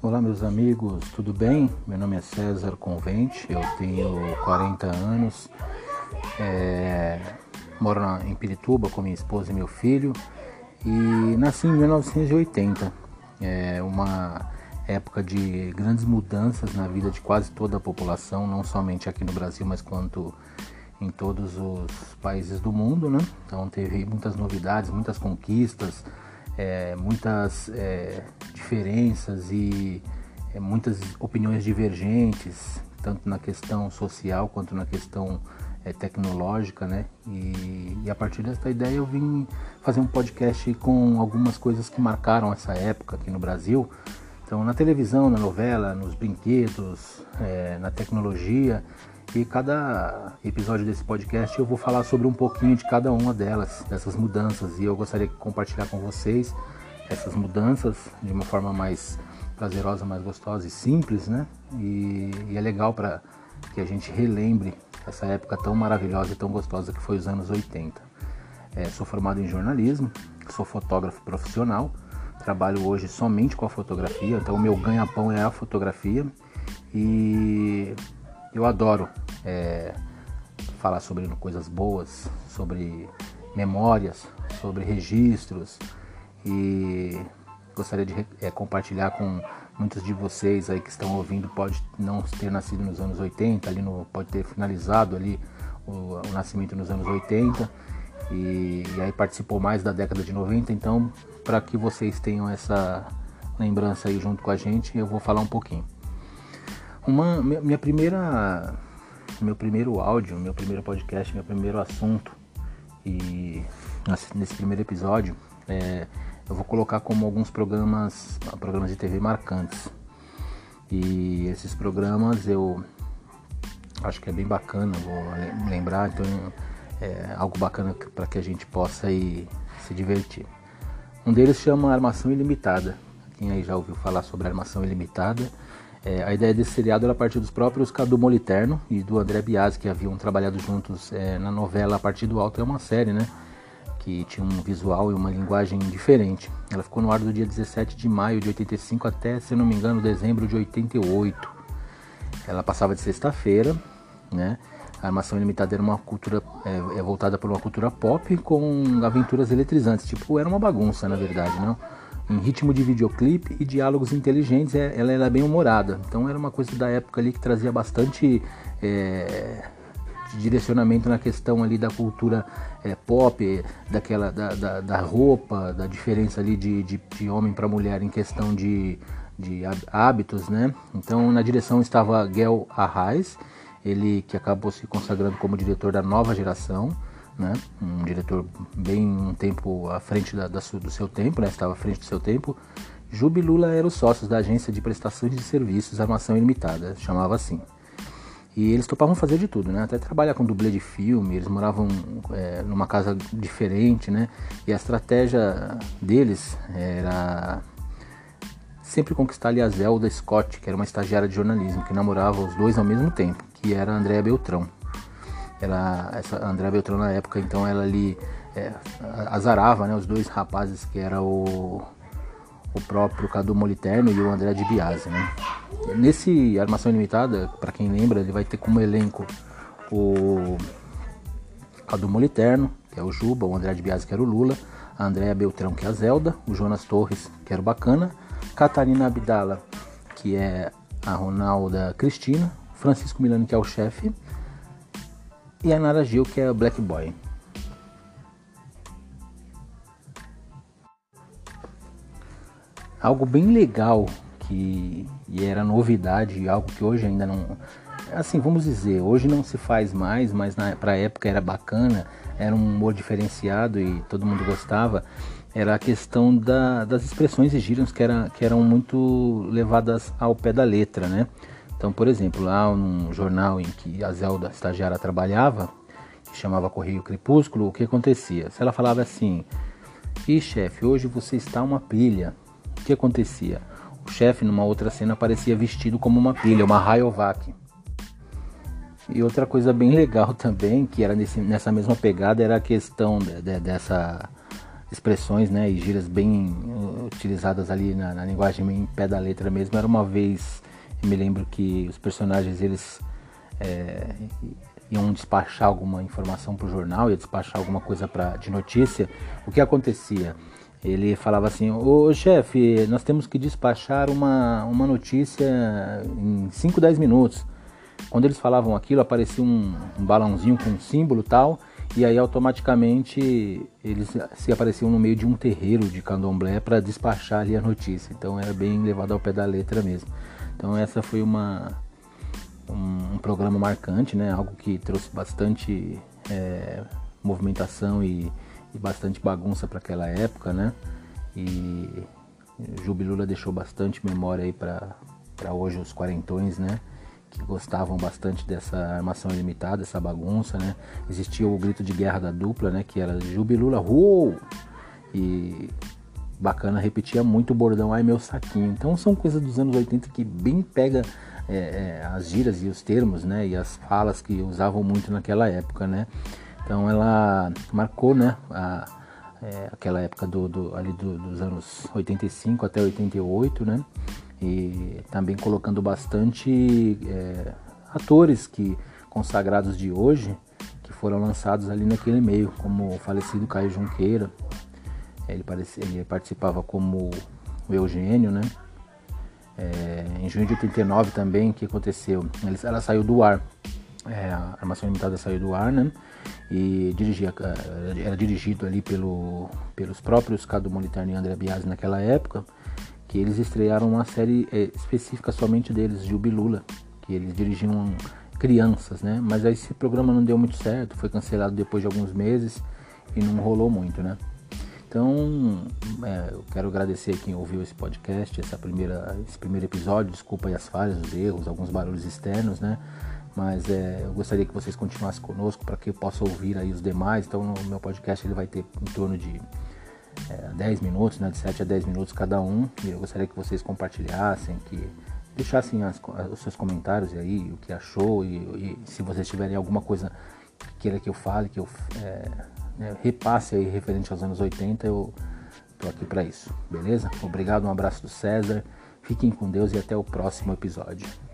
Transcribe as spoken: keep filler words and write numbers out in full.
Olá meus amigos, tudo bem? Meu nome é César Convente, eu tenho quarenta anos, é, moro na, em Pirituba com minha esposa e meu filho e nasci em mil novecentos e oitenta, é uma época de grandes mudanças na vida de quase toda a população, não somente aqui no Brasil, mas quanto em todos os países do mundo, né? Então teve muitas novidades, muitas conquistas, É, muitas é, diferenças e é, muitas opiniões divergentes, tanto na questão social quanto na questão é, tecnológica, né? E, e a partir dessa ideia eu vim fazer um podcast com algumas coisas que marcaram essa época aqui no Brasil. Então, na televisão, na novela, nos brinquedos, é, na tecnologia. E cada episódio desse podcast eu vou falar sobre um pouquinho de cada uma delas, dessas mudanças. E eu gostaria de compartilhar com vocês essas mudanças de uma forma mais prazerosa, mais gostosa e simples, né? E, e é legal para que a gente relembre essa época tão maravilhosa e tão gostosa que foi os anos oitenta. É, sou formado em jornalismo, sou fotógrafo profissional, trabalho hoje somente com a fotografia, então o meu ganha-pão é a fotografia. E eu adoro é, falar sobre coisas boas, sobre memórias, sobre registros e gostaria de é, compartilhar com muitos de vocês aí que estão ouvindo, pode não ter nascido nos anos oitenta, ali no, pode ter finalizado ali o, o nascimento nos anos oitenta e, e aí participou mais da década de noventa, então para que vocês tenham essa lembrança aí junto com a gente, eu vou falar um pouquinho. Uma, minha primeira, meu primeiro áudio, meu primeiro podcast, meu primeiro assunto e nesse primeiro episódio é, eu vou colocar como alguns programas, programas de T V marcantes. E esses programas eu acho que é bem bacana, vou lembrar, então é algo bacana para que a gente possa ir se divertir. Um deles chama Armação Ilimitada. Quem aí já ouviu falar sobre Armação Ilimitada? É, a ideia desse seriado era a partir dos próprios Cadu Moliterno e do André Biasi, que haviam trabalhado juntos é, na novela A Partir do Alto. É uma série, né, que tinha um visual e uma linguagem diferente. Ela ficou no ar do dia dezessete de maio de oitenta e cinco até, se não me engano, dezembro de oitenta e oito. Ela passava de sexta-feira, né? A Armação Ilimitada era uma cultura é, é voltada para uma cultura pop com aventuras eletrizantes. Tipo, era uma bagunça, na verdade, não? Em ritmo de videoclipe e diálogos inteligentes, ela era bem humorada. Então era uma coisa da época ali que trazia bastante é, direcionamento na questão ali da cultura é, pop, daquela, da, da, da roupa, da diferença ali de, de, de homem para mulher em questão de, de hábitos, né? Então na direção estava Guel Arraes, ele que acabou se consagrando como diretor da nova geração, né? Um diretor bem um tempo à frente da, da, do seu tempo, né? Estava à frente do seu tempo. Juba e Lula eram os sócios da agência de prestações de serviços Armação Ilimitada, chamava assim. E eles topavam fazer de tudo, né? Até trabalhar com dublê de filme, eles moravam é, numa casa diferente, né? E a estratégia deles era sempre conquistar ali a Zelda Scott, que era uma estagiária de jornalismo, que namorava os dois ao mesmo tempo, que era a Andréa Beltrão. Ela, essa Andréa Beltrão na época, então ela ali é, azarava, né, os dois rapazes que era o, o próprio Cadu Moliterno e o André de Biasi, né? Nesse Armação Ilimitada, para quem lembra, ele vai ter como elenco o Cadu Moliterno, que é o Juba, o André de Biasi, que era o Lula, a Andréa Beltrão, que é a Zelda, o Jonas Torres, que era o Bacana, Catarina Abdala, que é a Ronalda Cristina, Francisco Milani, que é o chefe, e a Nara Gil, que é o Black Boy. Algo bem legal que e era novidade, algo que hoje ainda não... Assim, vamos dizer, hoje não se faz mais, mas na, pra época era bacana, era um humor diferenciado e todo mundo gostava. Era a questão da, das expressões e gírias que, era, que eram muito levadas ao pé da letra, né? Então, por exemplo, lá num jornal em que a Zelda estagiária trabalhava, que chamava Correio Crepúsculo, o que acontecia? Se ela falava assim: "Ih, chefe, hoje você está uma pilha", o que acontecia? O chefe, numa outra cena, aparecia vestido como uma pilha, uma Rayovac. E outra coisa bem legal também, que era nesse, nessa mesma pegada, era a questão de, de, dessa expressões, né, e gírias bem uh, utilizadas ali na, na linguagem em pé da letra mesmo. Era uma vez, eu me lembro que os personagens, eles é, iam despachar alguma informação para o jornal, ia despachar alguma coisa pra, de notícia. O que acontecia? Ele falava assim: ô chefe, nós temos que despachar uma, uma notícia em cinco, dez minutos. Quando eles falavam aquilo, aparecia um, um balãozinho com um símbolo e tal, e aí automaticamente eles se apareciam no meio de um terreiro de candomblé para despachar ali a notícia. Então era bem levado ao pé da letra mesmo. Então essa foi uma, um, um programa marcante, né? Algo que trouxe bastante é, movimentação e, e bastante bagunça para aquela época, né? E Jubilula deixou bastante memória aí para hoje os quarentões, né? Que gostavam bastante dessa armação ilimitada, essa bagunça, né? Existia o grito de guerra da dupla, né? Que era Jubilula, uou! E bacana, repetia muito o bordão, ai meu saquinho. Então são coisas dos anos oitenta que bem pega é, é, as gírias e os termos, né? E as falas que usavam muito naquela época, né? Então ela marcou, né? A, é, aquela época do, do, ali do, dos anos oitenta e cinco até oitenta e oito, né? E também colocando bastante é, atores que, consagrados de hoje, que foram lançados ali naquele meio, como o falecido Caio Junqueira. Ele, parecia, ele participava como o Eugênio, né? É, em junho de oitenta e nove também, o que aconteceu? Ele, ela saiu do ar, é, a Armação Limitada saiu do ar, né? E dirigia, era dirigido ali pelo, pelos próprios Cadu Moliterno e André Biasi naquela época, que eles estrearam uma série é, específica somente deles, Jubilula, que eles dirigiam crianças, né? Mas aí esse programa não deu muito certo, foi cancelado depois de alguns meses e não rolou muito, né? Então, é, eu quero agradecer quem ouviu esse podcast, essa primeira, esse primeiro episódio. Desculpa aí as falhas, os erros, alguns barulhos externos, né? Mas é, eu gostaria que vocês continuassem conosco para que eu possa ouvir aí os demais. Então, no meu podcast ele vai ter em torno de É, dez minutos, né, de sete a dez minutos cada um, e eu gostaria que vocês compartilhassem, que deixassem as, os seus comentários aí, o que achou, e, e se vocês tiverem alguma coisa que queira que eu fale, que eu é, né, repasse aí referente aos anos oitenta, eu tô aqui para isso, beleza? Obrigado, um abraço do César, fiquem com Deus e até o próximo episódio.